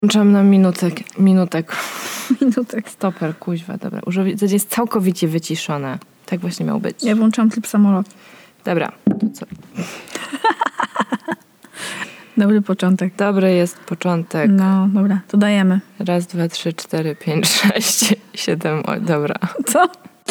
Włączam na minutek. Minutek. Stoper, kuźwa, dobra. Urządzenie jest całkowicie wyciszone. Tak właśnie miało być. Ja włączam tryb samolot. Dobra, to co? Dobry początek. Dobry jest początek. No, dobra, to dajemy. 1, 2, 3, 4, 5, 6, 7, o, dobra. Co?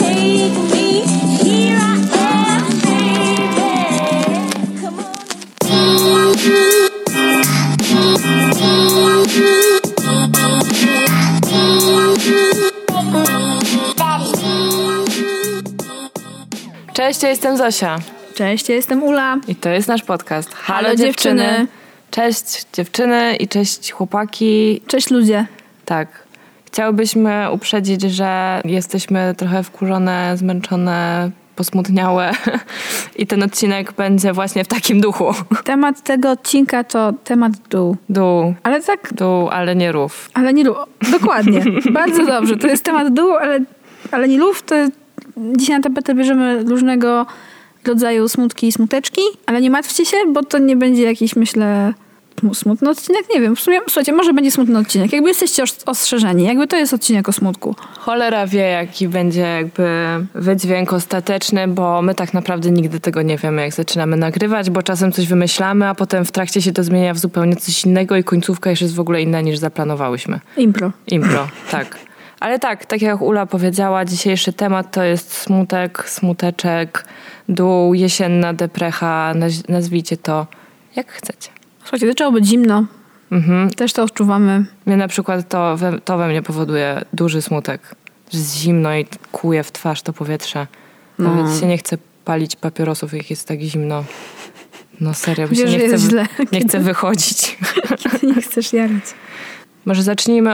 Cześć, ja jestem Zosia. Cześć, ja jestem Ula. I to jest nasz podcast. Halo dziewczyny. Cześć dziewczyny i cześć chłopaki. Cześć ludzie. Tak. Chciałybyśmy uprzedzić, że jesteśmy trochę wkurzone, zmęczone, posmutniałe i ten odcinek będzie właśnie w takim duchu. Temat tego odcinka to temat dół. Dół. Ale tak... Dół, ale nie rów. Ale nie rów. Dokładnie. Bardzo dobrze. To jest temat dół, ale nie rów. To jest... Dzisiaj na tapetę bierzemy różnego rodzaju smutki i smuteczki, ale nie martwcie się, bo to nie będzie jakiś, myślę, smutny odcinek. Nie wiem, w sumie, słuchajcie, może będzie smutny odcinek. Jakby jesteście ostrzeżeni, jakby to jest odcinek o smutku. Cholera wie, jaki będzie jakby wydźwięk ostateczny, bo my tak naprawdę nigdy tego nie wiemy, jak zaczynamy nagrywać, bo czasem coś wymyślamy, a potem w trakcie się to zmienia w zupełnie coś innego i końcówka już jest w ogóle inna, niż zaplanowałyśmy. Impro, tak. Ale tak jak Ula powiedziała, dzisiejszy temat to jest smutek, smuteczek, dół, jesienna deprecha, nazwijcie to jak chcecie. Słuchajcie, zaczęło być zimno. Też to odczuwamy. Mnie na przykład to we mnie powoduje duży smutek. Że jest zimno i kłuje w twarz to powietrze. Nawet się nie chce palić papierosów, jak jest tak zimno. No serio, bo Wiesz, się nie chce wychodzić. Kiedy nie chcesz jarać. Może zacznijmy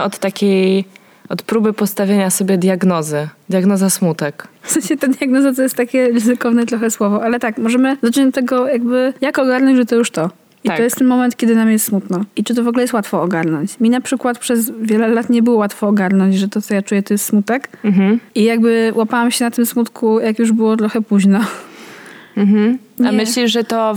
od próby postawienia sobie diagnozy. Diagnoza smutek. W sensie ta diagnoza to jest takie ryzykowne trochę słowo, ale tak, możemy zacząć od tego jakby, jak ogarnąć, że to już to. I tak. To jest ten moment, kiedy nam jest smutno. I czy to w ogóle jest łatwo ogarnąć. Mi na przykład przez wiele lat nie było łatwo ogarnąć, że to, co ja czuję, to jest smutek. I jakby łapałam się na tym smutku, jak już było trochę późno. A myślisz, że to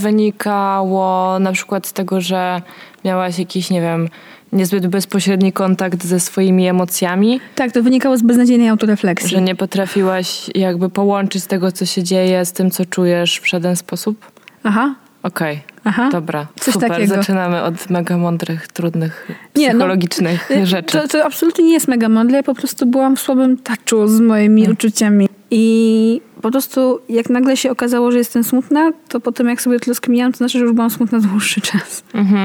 wynikało na przykład z tego, że miałaś jakiś, nie wiem, niezbyt bezpośredni kontakt ze swoimi emocjami? Tak, to wynikało z beznadziejnej autorefleksji. Że nie potrafiłaś jakby połączyć tego, co się dzieje, z tym, co czujesz w żaden sposób? Aha. Okej, dobra. Coś super, takiego. Zaczynamy od mega mądrych, trudnych, psychologicznych rzeczy. To absolutnie nie jest mega mądre. Ja po prostu byłam w słabym touchu z moimi uczuciami. I po prostu jak nagle się okazało, że jestem smutna, to potem jak sobie tyle skminiałam, to znaczy, że już byłam smutna dłuższy czas.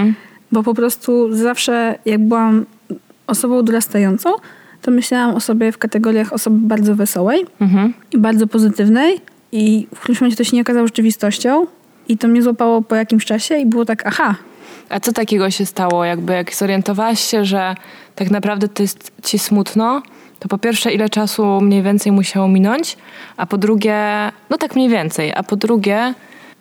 Bo po prostu zawsze jak byłam osobą dorastającą, to myślałam o sobie w kategoriach osoby bardzo wesołej i bardzo pozytywnej. I w którymś momencie to się nie okazało rzeczywistością. I to mnie złapało po jakimś czasie i było tak, aha. A co takiego się stało? Jakby jak zorientowałaś się, że tak naprawdę to jest ci smutno, to po pierwsze ile czasu mniej więcej musiało minąć, a po drugie, no tak mniej więcej, a po drugie,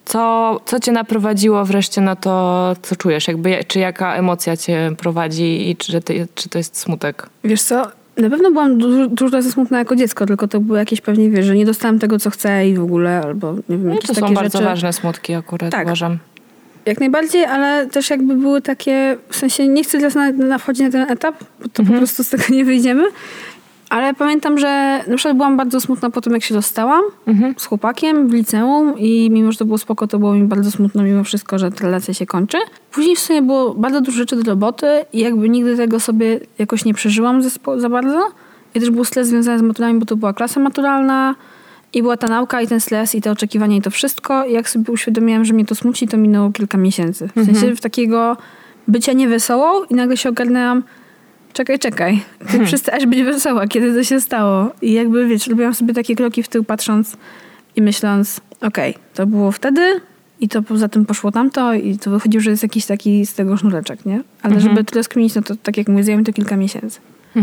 co cię naprowadziło wreszcie na to, co czujesz? Jakby, czy jaka emocja cię prowadzi i czy to jest smutek? Wiesz co? Na pewno byłam dużo razy smutna jako dziecko, tylko to były jakieś pewnie, wiesz, że nie dostałam tego, co chcę i w ogóle, albo nie wiem, jakieś to takie są bardzo rzeczy. ważne smutki akurat, tak. Uważam. Jak najbardziej, ale też jakby były takie, w sensie nie chcę teraz wchodzić na ten etap, bo to po prostu z tego nie wyjdziemy, ale pamiętam, że na przykład byłam bardzo smutna po tym, jak się rozstałam z chłopakiem w liceum i mimo, że to było spoko, to było mi bardzo smutno mimo wszystko, że ta relacja się kończy. Później w sumie było bardzo dużo rzeczy do roboty i jakby nigdy tego sobie jakoś nie przeżyłam za bardzo. I też był stres związany z maturami, bo to była klasa maturalna i była ta nauka i ten stres i te oczekiwania i to wszystko. I jak sobie uświadomiłam, że mnie to smuci, to minęło kilka miesięcy. W sensie w takiego bycia niewesołą i nagle się ogarnęłam, czekaj, ty przestałaś być wesoła, kiedy to się stało. I jakby, wiesz, robiłam sobie takie kroki w tył patrząc i myśląc, okej, to było wtedy i to poza tym poszło tamto i to wychodziło, że jest jakiś taki z tego sznureczek, nie? Ale żeby to rozkminić, no to tak jak mówię, zajęło mi to kilka miesięcy.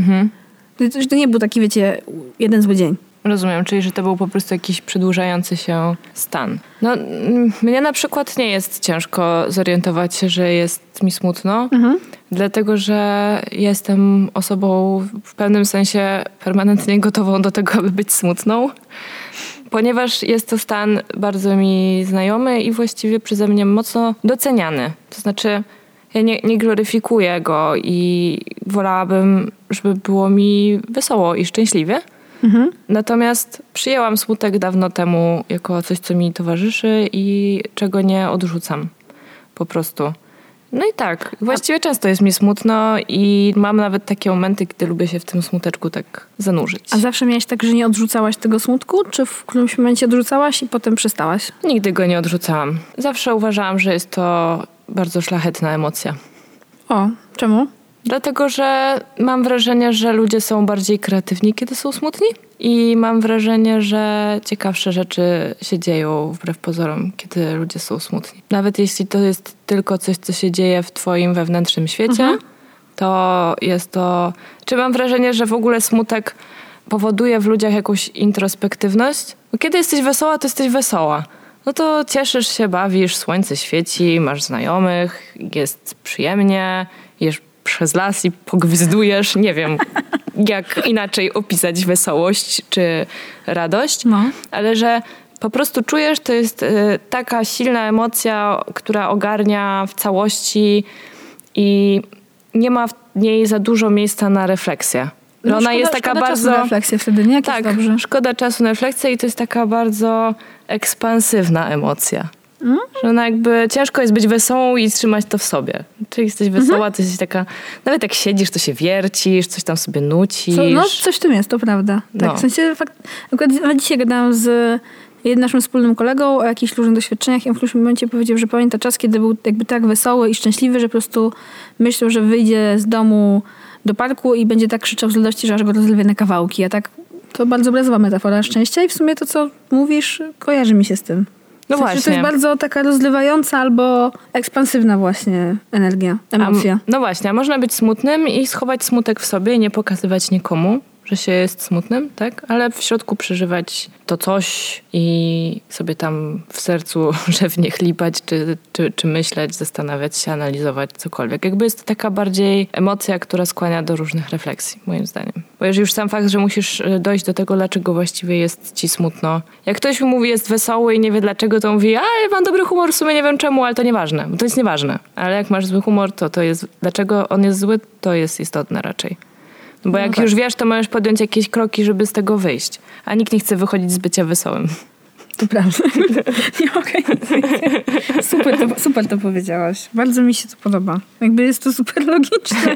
To nie był taki, wiecie, jeden zły dzień. Rozumiem, czyli że to był po prostu jakiś przedłużający się stan. No, mnie na przykład nie jest ciężko zorientować się, że jest mi smutno, dlatego że jestem osobą w pewnym sensie permanentnie gotową do tego, aby być smutną, ponieważ jest to stan bardzo mi znajomy i właściwie przeze mnie mocno doceniany. To znaczy, Ja nie gloryfikuję go i wolałabym, żeby było mi wesoło i szczęśliwie. Natomiast przyjęłam smutek dawno temu jako coś, co mi towarzyszy i czego nie odrzucam po prostu. No i tak, właściwie często jest mi smutno i mam nawet takie momenty, gdy lubię się w tym smuteczku tak zanurzyć. A zawsze miałaś tak, że nie odrzucałaś tego smutku? Czy w którymś momencie odrzucałaś i potem przestałaś? Nigdy go nie odrzucałam. Zawsze uważałam, że jest to bardzo szlachetna emocja. O, czemu? Dlatego, że mam wrażenie, że ludzie są bardziej kreatywni, kiedy są smutni. I mam wrażenie, że ciekawsze rzeczy się dzieją wbrew pozorom, kiedy ludzie są smutni. Nawet jeśli to jest tylko coś, co się dzieje w twoim wewnętrznym świecie, to jest to... Czy mam wrażenie, że w ogóle smutek powoduje w ludziach jakąś introspektywność? Bo kiedy jesteś wesoła, to jesteś wesoła. No to cieszysz się, bawisz, słońce świeci, masz znajomych, jest przyjemnie, jesz przez las i pogwizdujesz. Nie wiem, jak inaczej opisać wesołość czy radość, ale że po prostu czujesz, to jest taka silna emocja, która ogarnia w całości i nie ma w niej za dużo miejsca na refleksję. No ona jest taka szkoda bardzo... czasu na refleksję wtedy, nie? Tak, dobrze. Szkoda czasu na refleksję i to jest taka bardzo ekspansywna emocja. Że ona jakby ciężko jest być wesołą i trzymać to w sobie. Czyli jesteś wesoła, to jesteś taka... Nawet jak siedzisz, to się wiercisz, coś tam sobie nucisz. No coś w tym jest, to prawda. Tak, No. w sensie akurat dzisiaj gadałam z jednym naszym wspólnym kolegą o jakichś różnych doświadczeniach i on w którymś momencie powiedział, że pamięta czas, kiedy był jakby tak wesoły i szczęśliwy, że po prostu myślał, że wyjdzie z domu do parku i będzie tak krzyczał z radości, że aż go rozlewie na kawałki. A tak to bardzo obrazowa metafora szczęścia i w sumie to, co mówisz, kojarzy mi się z tym. No w sensie, właśnie. to jest bardzo taka rozlewająca albo ekspansywna właśnie energia, emocja. No właśnie, a można być smutnym i schować smutek w sobie i nie pokazywać nikomu, że się jest smutnym, tak? Ale w środku przeżywać to coś i sobie tam w sercu rzewnie chlipać, czy myśleć, zastanawiać się, analizować cokolwiek. Jakby jest to taka bardziej emocja, która skłania do różnych refleksji, moim zdaniem. Bo już sam fakt, że musisz dojść do tego, dlaczego właściwie jest ci smutno. Jak ktoś mi mówi, jest wesoły i nie wie dlaczego, to mówi, mam dobry humor, w sumie nie wiem czemu, ale to nieważne. Bo to jest nieważne. Ale jak masz zły humor, to jest, dlaczego on jest zły, to jest istotne raczej. Bo jak już wiesz, to możesz podjąć jakieś kroki, żeby z tego wyjść. A nikt nie chce wychodzić z bycia wesołym. To prawda. Nie mogę super to powiedziałaś. Bardzo mi się to podoba. Jakby jest to super logiczne.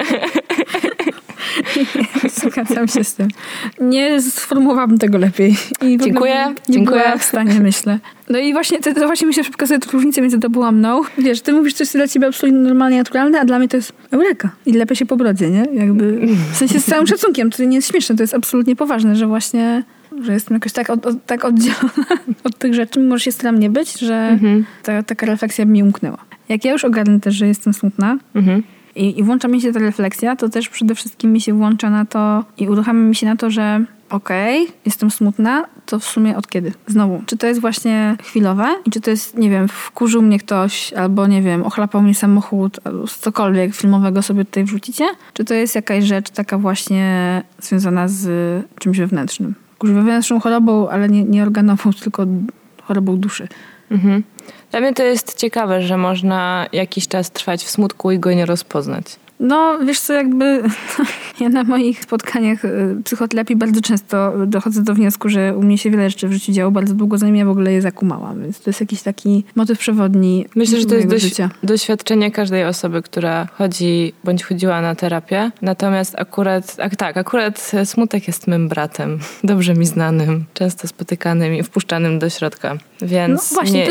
Zgadzam się z tym. Nie sformułowałabym tego lepiej. I Dziękuję. Nie była w stanie, myślę. No i właśnie, to właśnie mi się pokazuje różnicę między tobą a mną. Wiesz, ty mówisz coś, co dla ciebie absolutnie normalnie naturalne, a dla mnie to jest eureka. I lepie się po brodzie, nie? Jakby, w sensie z całym szacunkiem. To nie jest śmieszne, to jest absolutnie poważne, że właśnie, że jestem jakoś tak oddzielona od tych rzeczy, mimo że się staram nie być, że taka refleksja mi umknęła. Jak ja już ogarnę też, że jestem smutna, i włącza mi się ta refleksja, to też przede wszystkim mi się włącza na to i uruchamia mi się na to, że jestem smutna, to w sumie od kiedy? Znowu. Czy to jest właśnie chwilowe i czy to jest, nie wiem, wkurzył mnie ktoś albo, nie wiem, ochlapał mnie samochód albo cokolwiek filmowego sobie tutaj wrzucicie? Czy to jest jakaś rzecz taka właśnie związana z czymś wewnętrznym? Wewnętrzną chorobą, ale nie organową, tylko chorobą duszy. Dla mnie to jest ciekawe, że można jakiś czas trwać w smutku i go nie rozpoznać. No, wiesz co, jakby ja na moich spotkaniach psychoterapii bardzo często dochodzę do wniosku, że u mnie się wiele rzeczy w życiu działo bardzo długo, zanim ja w ogóle je zakumałam. Więc to jest jakiś taki motyw przewodni. Myślę, że to jest życia. doświadczenie każdej osoby, która chodzi bądź chodziła na terapię. Natomiast akurat smutek jest mym bratem, dobrze mi znanym, często spotykanym i wpuszczanym do środka. Więc no właśnie,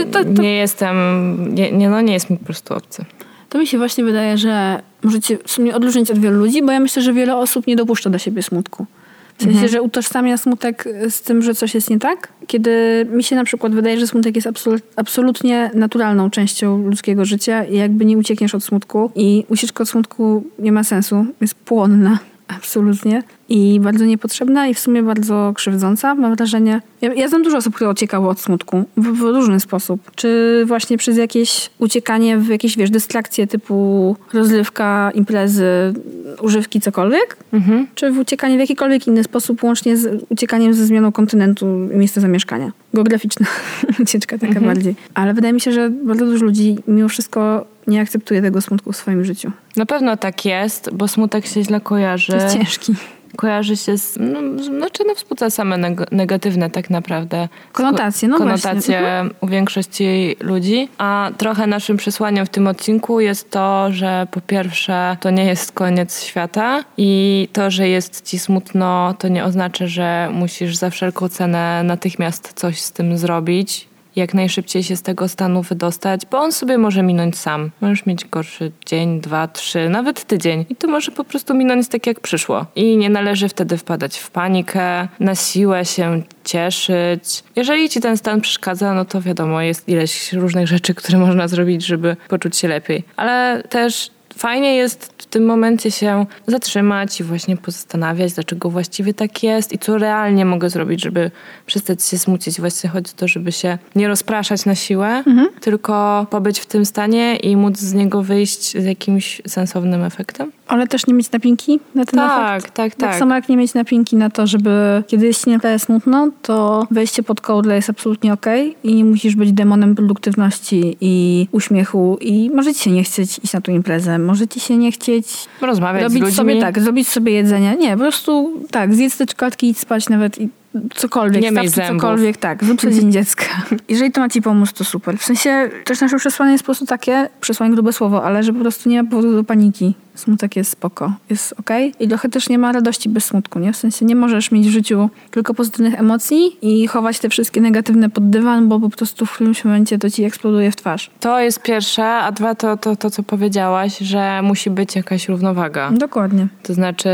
nie jest mi po prostu obcy. To mi się właśnie wydaje, że możecie w sumie odróżnić od wielu ludzi, bo ja myślę, że wiele osób nie dopuszcza do siebie smutku. W sensie, że utożsamia smutek z tym, że coś jest nie tak. Kiedy mi się na przykład wydaje, że smutek jest absolutnie naturalną częścią ludzkiego życia i jakby nie uciekniesz od smutku i ucieczka od smutku nie ma sensu, jest płonna. Absolutnie. I bardzo niepotrzebna i w sumie bardzo krzywdząca. Mam wrażenie... Ja znam dużo osób, które uciekały od smutku w różny sposób. Czy właśnie przez jakieś uciekanie w jakieś, dystrakcje typu rozrywka, imprezy, używki, cokolwiek. Czy w uciekanie w jakikolwiek inny sposób, łącznie z uciekaniem ze zmianą kontynentu i miejsca zamieszkania. Geograficzna ucieczka taka bardziej. Ale wydaje mi się, że bardzo dużo ludzi mimo wszystko nie akceptuję tego smutku w swoim życiu. Na pewno tak jest, bo smutek się źle kojarzy. To jest ciężki. Kojarzy się z, wzbudza same negatywne tak naprawdę. Konotacje, konotacje u większości ludzi. A trochę naszym przesłaniem w tym odcinku jest to, że po pierwsze to nie jest koniec świata i to, że jest ci smutno, to nie oznacza, że musisz za wszelką cenę natychmiast coś z tym zrobić. Jak najszybciej się z tego stanu wydostać, bo on sobie może minąć sam. Możesz mieć gorszy dzień, 2, 3, nawet tydzień. I to może po prostu minąć tak, jak przyszło. I nie należy wtedy wpadać w panikę, na siłę się cieszyć. Jeżeli ci ten stan przeszkadza, no to wiadomo, jest ileś różnych rzeczy, które można zrobić, żeby poczuć się lepiej. Ale też fajnie jest w tym momencie się zatrzymać i właśnie pozastanawiać, dlaczego właściwie tak jest i co realnie mogę zrobić, żeby przestać się smucić. Właśnie chodzi o to, żeby się nie rozpraszać na siłę, tylko pobyć w tym stanie i móc z niego wyjść z jakimś sensownym efektem. Ale też nie mieć napinki na ten efekt? Tak. Tak samo jak nie mieć napinki na to, żeby kiedy jest ci naprawdę smutno, to wejście pod kołdrę jest absolutnie okej i nie musisz być demonem produktywności i uśmiechu i może ci się nie chcieć iść na tą imprezę, może ci się nie chcieć rozmawiać z ludźmi. Zrobić sobie jedzenie. Nie, po prostu zjedz te czekoladki, idź spać nawet i cokolwiek, nie myj zębów. Cokolwiek, zrób sobie dzień dziecka. Jeżeli to ma ci pomóc, to super. W sensie też nasze przesłanie jest po prostu takie, przesłanie grube słowo, ale że po prostu nie ma powodu do paniki. Smutek jest spoko, jest okej. I trochę też nie ma radości bez smutku, nie? W sensie nie możesz mieć w życiu tylko pozytywnych emocji i chować te wszystkie negatywne pod dywan, bo po prostu w którymś momencie to ci eksploduje w twarz. To jest pierwsze, a dwa to co powiedziałaś, że musi być jakaś równowaga. Dokładnie. To znaczy,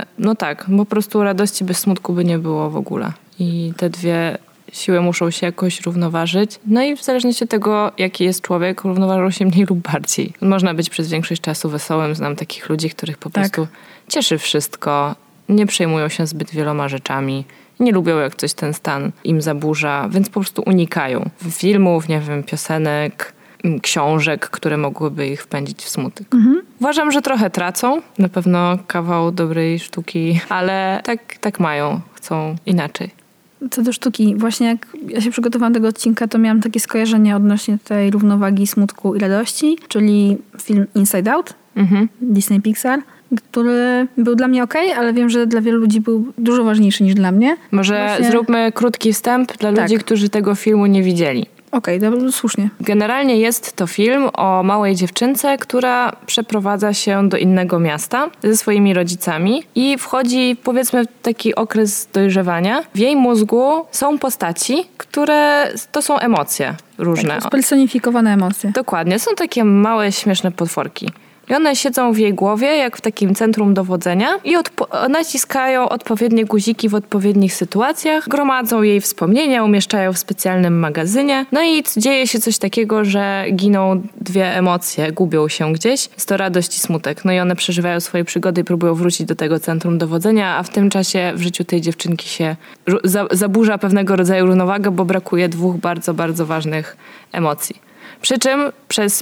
po prostu radości bez smutku by nie było w ogóle. I te dwie siły muszą się jakoś równoważyć. No i w zależności od tego, jaki jest człowiek, równoważą się mniej lub bardziej. Można być przez większość czasu wesołym. Znam takich ludzi, których po prostu cieszy wszystko. Nie przejmują się zbyt wieloma rzeczami. Nie lubią, jak coś ten stan im zaburza, więc po prostu unikają filmów, piosenek, książek, które mogłyby ich wpędzić w smutek. Uważam, że trochę tracą. Na pewno kawał dobrej sztuki, ale tak mają. Chcą inaczej. Co do sztuki, właśnie jak ja się przygotowałam do tego odcinka, to miałam takie skojarzenie odnośnie tej równowagi smutku i radości, czyli film Inside Out, Disney Pixar, który był dla mnie okej, ale wiem, że dla wielu ludzi był dużo ważniejszy niż dla mnie. Może zróbmy krótki wstęp dla ludzi, którzy tego filmu nie widzieli. Okej, dobrze, słusznie. Generalnie jest to film o małej dziewczynce, która przeprowadza się do innego miasta ze swoimi rodzicami i wchodzi, powiedzmy, w taki okres dojrzewania. W jej mózgu są postaci, które to są emocje różne. Tak, spersonifikowane emocje. Dokładnie. Są takie małe, śmieszne potworki. I one siedzą w jej głowie, jak w takim centrum dowodzenia i naciskają odpowiednie guziki w odpowiednich sytuacjach, gromadzą jej wspomnienia, umieszczają w specjalnym magazynie. No i dzieje się coś takiego, że giną dwie emocje, gubią się gdzieś. Jest to radość i smutek. No i one przeżywają swoje przygody i próbują wrócić do tego centrum dowodzenia, a w tym czasie w życiu tej dziewczynki się zaburza pewnego rodzaju równowaga, bo brakuje dwóch bardzo, bardzo ważnych emocji. Przy czym przez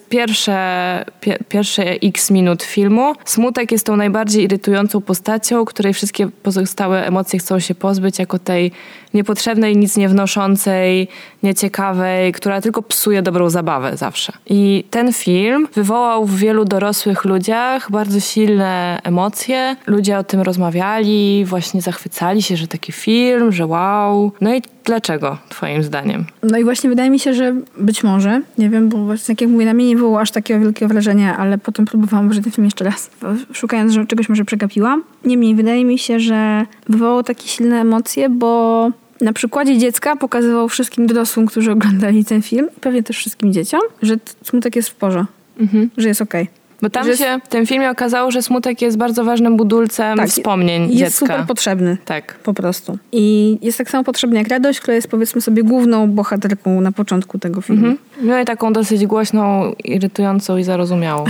pierwsze x minut filmu smutek jest tą najbardziej irytującą postacią, której wszystkie pozostałe emocje chcą się pozbyć, jako tej niepotrzebnej, nic nie wnoszącej, nieciekawej, która tylko psuje dobrą zabawę zawsze. I ten film wywołał w wielu dorosłych ludziach bardzo silne emocje. Ludzie o tym rozmawiali, właśnie zachwycali się, że taki film, że wow. No i dlaczego, twoim zdaniem? No i właśnie wydaje mi się, że być może, nie wiem, bo właśnie, jak mówię, na mnie nie było aż takiego wielkiego wrażenia, ale potem próbowałam obejrzeć ten film jeszcze raz, szukając, że czegoś może przegapiłam. Niemniej wydaje mi się, że wywołało takie silne emocje, bo na przykładzie dziecka pokazywał wszystkim dorosłym, którzy oglądali ten film, pewnie też wszystkim dzieciom, że smutek jest w porze, że jest okej. Bo tam się w tym filmie okazało, że smutek jest bardzo ważnym budulcem wspomnień dziecka. Jest super potrzebny. Tak. Po prostu. I jest tak samo potrzebny jak radość, która jest, powiedzmy sobie, główną bohaterką na początku tego filmu. Miała taką dosyć głośną, irytującą i zarozumiałą.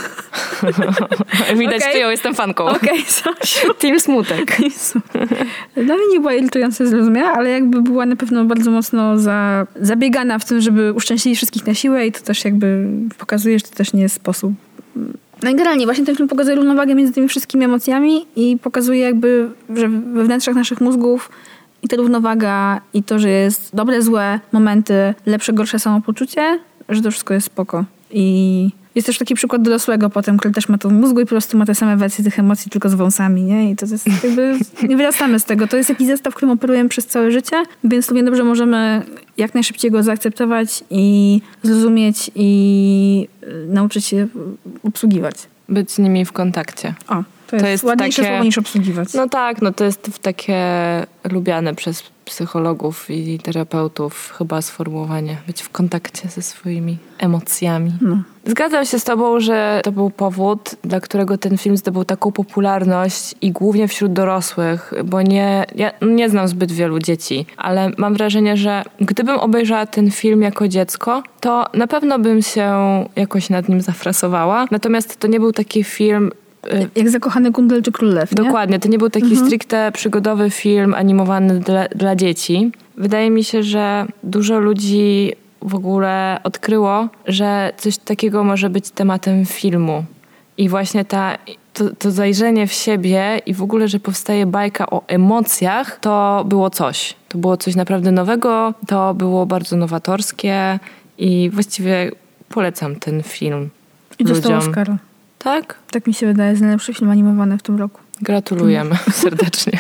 Widać, ty ją, jestem fanką. Team Smutek. Dla mnie nie była irytująca, zrozumiała, ale jakby była na pewno bardzo mocno zabiegana w tym, żeby uszczęśliwić wszystkich na siłę i to też jakby pokazuje, że to też nie jest sposób. No i generalnie właśnie ten film pokazuje równowagę między tymi wszystkimi emocjami i pokazuje jakby, że we wnętrzach naszych mózgów i ta równowaga i to, że jest dobre, złe momenty, lepsze, gorsze samopoczucie, że to wszystko jest spoko. I Jest też taki przykład dorosłego potem, który też ma to w mózgu i po prostu ma te same wersje tych emocji, tylko z wąsami, nie? I to jest jakby, nie wyrastamy z tego. To jest jakiś zestaw, którym operujemy przez całe życie, więc równie dobrze możemy jak najszybciej go zaakceptować i zrozumieć i nauczyć się obsługiwać. Być z nimi w kontakcie. O, to jest ładniejsze słowo niż obsługiwać. No tak, no to jest takie lubiane przez psychologów i terapeutów chyba sformułowanie. Być w kontakcie ze swoimi emocjami. No. Zgadzam się z tobą, że to był powód, dla którego ten film zdobył taką popularność i głównie wśród dorosłych, bo ja nie znam zbyt wielu dzieci, ale mam wrażenie, że gdybym obejrzała ten film jako dziecko, to na pewno bym się jakoś nad nim zafrasowała. Natomiast to nie był taki film... Jak Zakochany Kundel czy Król Lew, nie? Dokładnie, to nie był taki stricte przygodowy film animowany dla dzieci. Wydaje mi się, że dużo ludzi w ogóle odkryło, że coś takiego może być tematem filmu. I właśnie to zajrzenie w siebie i w ogóle, że powstaje bajka o emocjach, to było coś. To było coś naprawdę nowego, to było bardzo nowatorskie i właściwie polecam ten film I ludziom. dostał Oscara. Tak? Tak mi się wydaje, z najlepszy film animowany w tym roku. Gratulujemy serdecznie.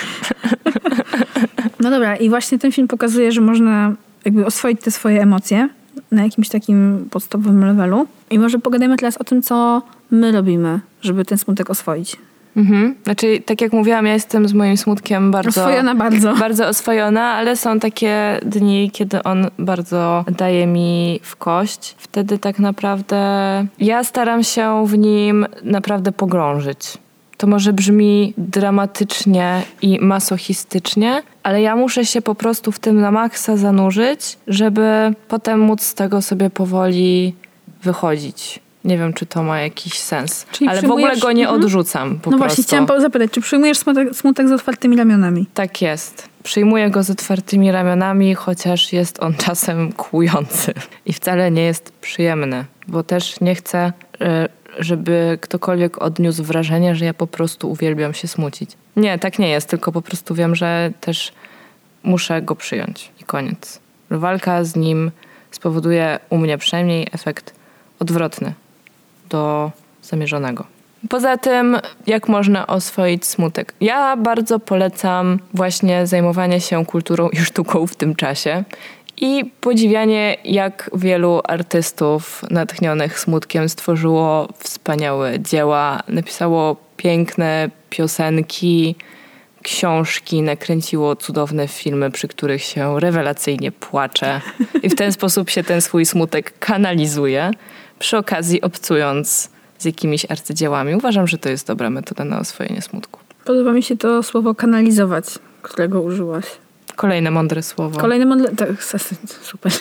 No dobra, i właśnie ten film pokazuje, że można jakby oswoić te swoje emocje na jakimś takim podstawowym levelu. I może pogadajmy teraz o tym, co my robimy, żeby ten smutek oswoić. Znaczy, tak jak mówiłam, ja jestem z moim smutkiem oswojona bardzo. Bardzo oswojona, ale są takie dni, kiedy on bardzo daje mi w kość. Wtedy tak naprawdę ja staram się w nim naprawdę pogrążyć. To może brzmi dramatycznie i masochistycznie, ale ja muszę się po prostu w tym na maksa zanurzyć, żeby potem móc z tego sobie powoli wychodzić. Nie wiem, czy to ma jakiś sens. Czyli ale w ogóle go nie odrzucam po prostu. Właśnie, chciałam zapytać, czy przyjmujesz smutek z otwartymi ramionami? Tak jest. Przyjmuję go z otwartymi ramionami, chociaż jest on czasem kłujący. I wcale nie jest przyjemny, bo też nie chcę, żeby ktokolwiek odniósł wrażenie, że ja po prostu uwielbiam się smucić. Nie, tak nie jest, tylko po prostu wiem, że też muszę go przyjąć. I koniec. Walka z nim spowoduje u mnie przynajmniej efekt odwrotny do zamierzonego. Poza tym, jak można oswoić smutek? Ja bardzo polecam właśnie zajmowanie się kulturą i sztuką w tym czasie i podziwianie, jak wielu artystów natchnionych smutkiem stworzyło wspaniałe dzieła, napisało piękne piosenki, książki, nakręciło cudowne filmy, przy których się rewelacyjnie płacze i w ten sposób się ten swój smutek kanalizuje, przy okazji obcując z jakimiś arcydziełami. Uważam, że to jest dobra metoda na oswojenie smutku. Podoba mi się to słowo kanalizować, którego użyłaś. Kolejne mądre słowo. Tak, super.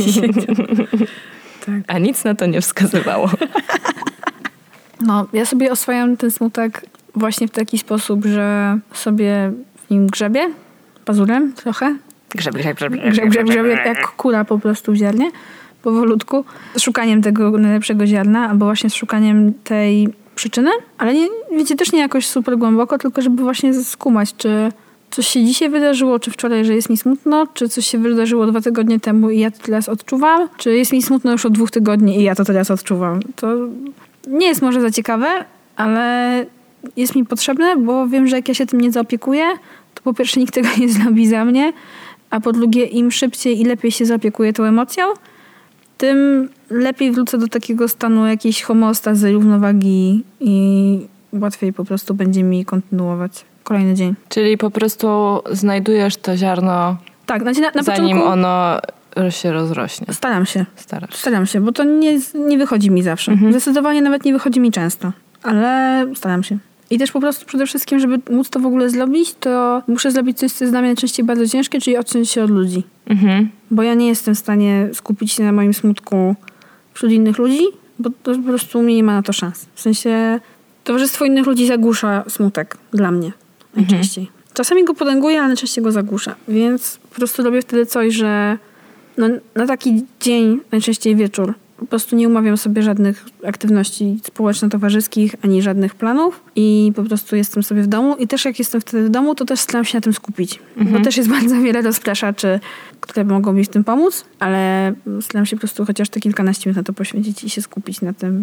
Tak. A nic na to nie wskazywało. No, ja sobie oswajam ten smutek właśnie w taki sposób, że sobie w nim grzebię pazurem trochę. Grzebię, jak kura po prostu w ziarnie. Powolutku. Z szukaniem tego najlepszego ziarna, albo właśnie z szukaniem tej przyczyny. Ale nie, wiecie, też nie jakoś super głęboko, tylko żeby właśnie skumać, czy coś się dzisiaj wydarzyło, czy wczoraj, że jest mi smutno, czy coś się wydarzyło 2 tygodnie temu i ja to teraz odczuwam, czy jest mi smutno już od 2 tygodni i ja to teraz odczuwam. To nie jest może za ciekawe, ale jest mi potrzebne, bo wiem, że jak ja się tym nie zaopiekuję, to po pierwsze nikt tego nie zrobi za mnie, a po drugie im szybciej i lepiej się zaopiekuję tą emocją, tym lepiej wrócę do takiego stanu jakiejś homeostazy, równowagi i łatwiej po prostu będzie mi kontynuować kolejny dzień. Czyli po prostu znajdujesz to ziarno, tak, na zanim początku ono się rozrośnie. Staram się, bo to nie wychodzi mi zawsze. Zdecydowanie nawet nie wychodzi mi często, ale staram się. I też po prostu przede wszystkim, żeby móc to w ogóle zrobić, to muszę zrobić coś, co jest dla mnie najczęściej bardzo ciężkie, czyli odciąć się od ludzi. Bo ja nie jestem w stanie skupić się na moim smutku wśród innych ludzi, bo to po prostu u mnie nie ma na to szans. W sensie towarzystwo innych ludzi zagłusza smutek dla mnie najczęściej. Czasami go potęguje, ale najczęściej go zagłusza. Więc po prostu robię wtedy coś, że na taki dzień, najczęściej wieczór, po prostu nie umawiam sobie żadnych aktywności społeczno-towarzyskich, ani żadnych planów i po prostu jestem sobie w domu i też jak jestem wtedy w domu, to też staram się na tym skupić. Bo też jest bardzo wiele rozpraszaczy, które mogą mi w tym pomóc, ale staram się po prostu chociaż te kilkanaście minut na to poświęcić i się skupić na tym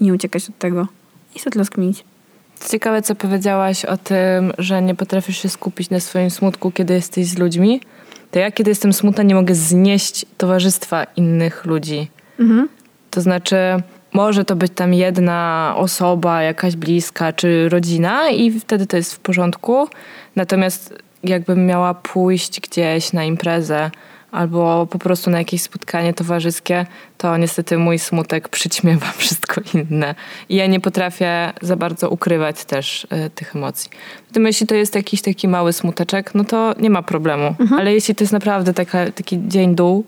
nie uciekać od tego. I sobie to rozkminić. Ciekawe, co powiedziałaś o tym, że nie potrafisz się skupić na swoim smutku, kiedy jesteś z ludźmi. To ja, kiedy jestem smutna, nie mogę znieść towarzystwa innych ludzi. To znaczy, może to być tam jedna osoba, jakaś bliska, czy rodzina i wtedy to jest w porządku. Natomiast jakbym miała pójść gdzieś na imprezę albo po prostu na jakieś spotkanie towarzyskie, to niestety mój smutek przyćmiewa wszystko inne. I ja nie potrafię za bardzo ukrywać też tych emocji. Natomiast jeśli to jest jakiś taki mały smuteczek, no to nie ma problemu. Ale jeśli to jest naprawdę taki dzień dół,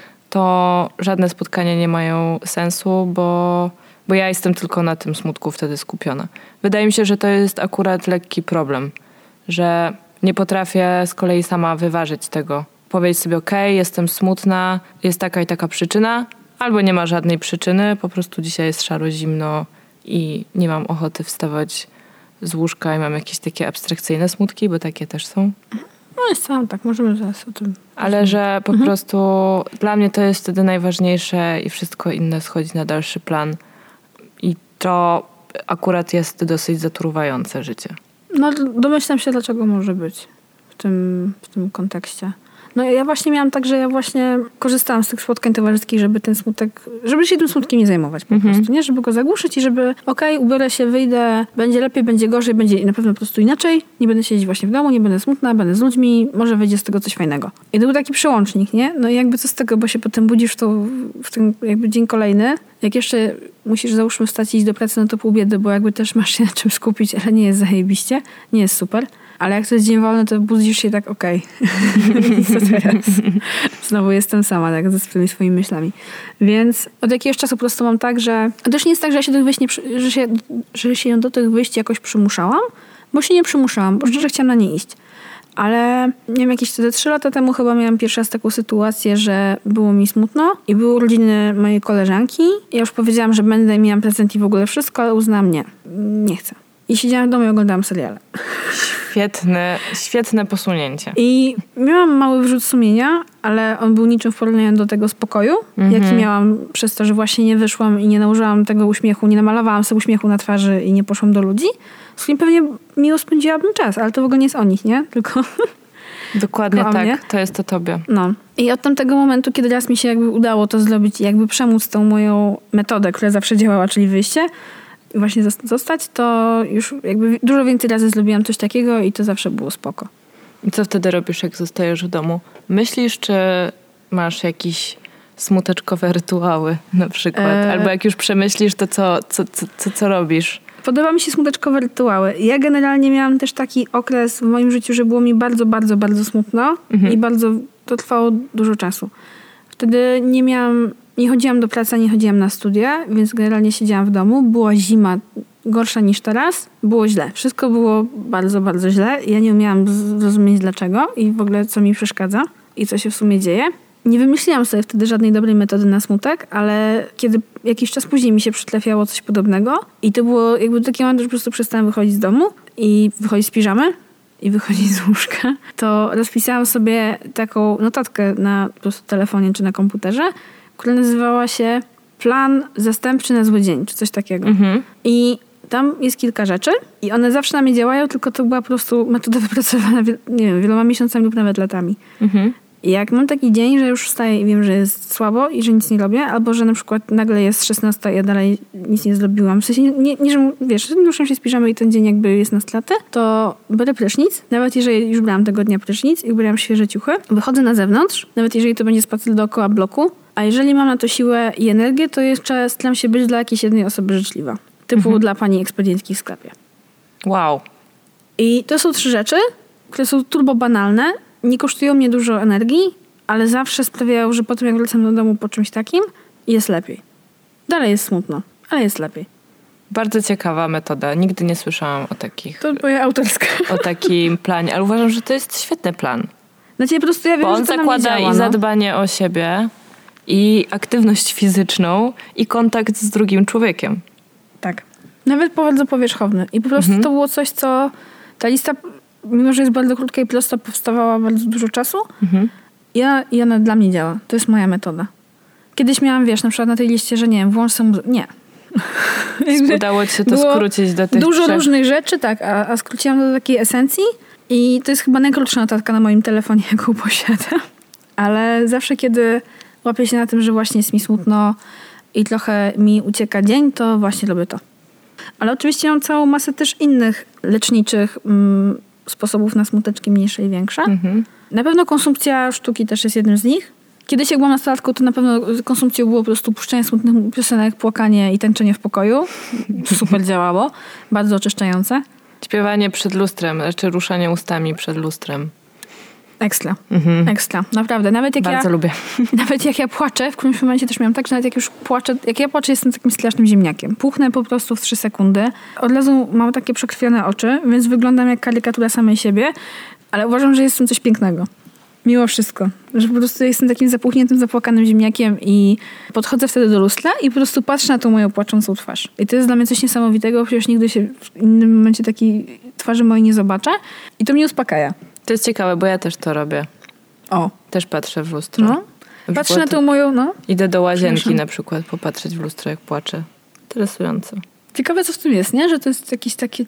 to żadne spotkania nie mają sensu, bo ja jestem tylko na tym smutku wtedy skupiona. Wydaje mi się, że to jest akurat lekki problem, że nie potrafię z kolei sama wyważyć tego. Powiedzieć sobie, okej, jestem smutna, jest taka i taka przyczyna, albo nie ma żadnej przyczyny, po prostu dzisiaj jest szaro, zimno i nie mam ochoty wstawać z łóżka i mam jakieś takie abstrakcyjne smutki, bo takie też są. No jest sam, tak, możemy zaraz o tym. Ale że po prostu dla mnie to jest wtedy najważniejsze i wszystko inne schodzi na dalszy plan. I to akurat jest dosyć zatruwające życie. No domyślam się, dlaczego może być w tym kontekście. No ja właśnie miałam tak, że ja właśnie korzystałam z tych spotkań towarzyskich, żeby żeby się tym smutkiem nie zajmować po prostu, nie? Żeby go zagłuszyć i żeby ubiorę się, wyjdę, będzie lepiej, będzie gorzej, będzie na pewno po prostu inaczej, nie będę siedzieć właśnie w domu, nie będę smutna, będę z ludźmi, może wyjdzie z tego coś fajnego. I to był taki przełącznik, nie? No i jakby co z tego, bo się potem budzisz w ten jakby dzień kolejny, jak jeszcze musisz załóżmy wstać i iść do pracy, no to pół biedy, bo jakby też masz się na czym skupić, ale nie jest zajebiście, nie jest super. Ale jak to jest dzień wolny, to budzisz się tak, okej. Co teraz? Znowu jestem sama, tak, ze swoimi myślami. Więc od jakiegoś czasu po prostu mam tak, że... To też nie jest tak, że ja się do tych wyjść że się do tych wyjść jakoś przymuszałam, bo się nie przymuszałam, bo szczerze chciałam na nie iść. Ale nie wiem, jakieś wtedy 3 lata temu chyba miałam pierwszy raz taką sytuację, że było mi smutno i były urodziny mojej koleżanki. Ja już powiedziałam, że będę, miałam prezent i w ogóle wszystko, ale uznałam nie chcę. I siedziałam w domu i oglądałam seriale. Świetne posunięcie. I miałam mały wyrzut sumienia, ale on był niczym w porównaniu do tego spokoju, jaki miałam przez to, że właśnie nie wyszłam i nie nałożyłam tego uśmiechu, nie namalowałam sobie uśmiechu na twarzy i nie poszłam do ludzi, z którymi pewnie miło spędziłabym czas, ale to w ogóle nie jest o nich, nie? Tylko... Dokładnie tylko tak, mnie. to jest o tobie. No. I od tamtego momentu, kiedy raz mi się jakby udało to zrobić i jakby przemóc tą moją metodę, która zawsze działała, czyli wyjście, i właśnie zostać, to już jakby dużo więcej razy zrobiłam coś takiego i to zawsze było spoko. I co wtedy robisz, jak zostajesz w domu? Myślisz, czy masz jakieś smuteczkowe rytuały na przykład? Albo jak już przemyślisz, to co robisz? Podoba mi się smuteczkowe rytuały. Ja generalnie miałam też taki okres w moim życiu, że było mi bardzo, bardzo, bardzo smutno i to trwało dużo czasu. Wtedy nie chodziłam do pracy, nie chodziłam na studia, więc generalnie siedziałam w domu. Była zima gorsza niż teraz. Było źle. Wszystko było bardzo, bardzo źle. Ja nie umiałam zrozumieć dlaczego i w ogóle co mi przeszkadza i co się w sumie dzieje. Nie wymyśliłam sobie wtedy żadnej dobrej metody na smutek, ale kiedy jakiś czas później mi się przytrafiało coś podobnego i to było jakby taki moment, że po prostu przestałam wychodzić z domu i wychodzić z piżamy i wychodzić z łóżka, to rozpisałam sobie taką notatkę na po prostu telefonie czy na komputerze, która nazywała się plan zastępczy na zły dzień, czy coś takiego. I tam jest kilka rzeczy i one zawsze na mnie działają, tylko to była po prostu metoda wypracowana, nie wiem, wieloma miesiącami lub nawet latami. I jak mam taki dzień, że już wstaję i wiem, że jest słabo i że nic nie robię, albo że na przykład nagle jest 16 i ja dalej nic nie zrobiłam, w sensie nie że wiesz, ruszam się z piżamy i ten dzień jakby jest na stratę, to biorę prysznic, nawet jeżeli już brałam tego dnia prysznic i ubieram świeże ciuchy, wychodzę na zewnątrz, nawet jeżeli to będzie spacer dookoła bloku, a jeżeli mam na to siłę i energię, to jeszcze staram się być dla jakiejś jednej osoby życzliwa. Typu dla pani ekspedientki w sklepie. Wow. I to są 3 rzeczy, które są turbo banalne, nie kosztują mnie dużo energii, ale zawsze sprawiają, że potem jak wracam do domu po czymś takim, jest lepiej. Dalej jest smutno, ale jest lepiej. Bardzo ciekawa metoda. Nigdy nie słyszałam o takich. To moja autorska. O takim planie, ale uważam, że to jest świetny plan. Znaczy po prostu ja wiem, bo on że to zakłada na mnie działa, i zadbanie o siebie, i aktywność fizyczną, i kontakt z drugim człowiekiem. Tak. Nawet bardzo powierzchowny. I po prostu to było coś, co ta lista, mimo że jest bardzo krótka i prosta, powstawała bardzo dużo czasu. I ona dla mnie działa. To jest moja metoda. Kiedyś miałam, wiesz, na przykład na tej liście, że nie wiem, włącz sobie muzykę. Nie. Udało ci się to skrócić do tych dużo 3. różnych rzeczy, tak, a skróciłam to do takiej esencji i to jest chyba najkrótsza notatka na moim telefonie, jaką posiadam. Ale zawsze, kiedy łapię się na tym, że właśnie jest mi smutno i trochę mi ucieka dzień, to właśnie robię to. Ale oczywiście mam całą masę też innych leczniczych sposobów na smuteczki mniejsze i większe. Na pewno konsumpcja sztuki też jest jednym z nich. Kiedyś jak byłam nastolatką, to na pewno konsumpcją było po prostu puszczanie smutnych piosenek, płakanie i tańczenie w pokoju. Super działało. Bardzo oczyszczające. Śpiewanie przed lustrem, czy ruszanie ustami przed lustrem. Ekstra. Ekstra. Naprawdę. Bardzo lubię. Nawet jak ja płaczę, w którymś momencie też miałam tak, że nawet jak ja płaczę, jestem takim strasznym ziemniakiem. Puchnę po prostu w 3 sekundy. Od razu mam takie przekrwione oczy, więc wyglądam jak karykatura samej siebie, ale uważam, że jest w tym coś pięknego. Mimo wszystko. Że po prostu jestem takim zapuchniętym, zapłakanym ziemniakiem i podchodzę wtedy do lustra i po prostu patrzę na tą moją płaczącą twarz. I to jest dla mnie coś niesamowitego, przecież nigdy się w innym momencie takiej twarzy mojej nie zobaczę. I to mnie uspokaja. To jest ciekawe, bo ja też to robię. O. Też patrzę w lustro. No. Patrzę na tą moją, Idę do łazienki na przykład popatrzeć w lustro, jak płaczę. Interesujące. Ciekawe, co w tym jest, nie? Że to jest jakieś takie...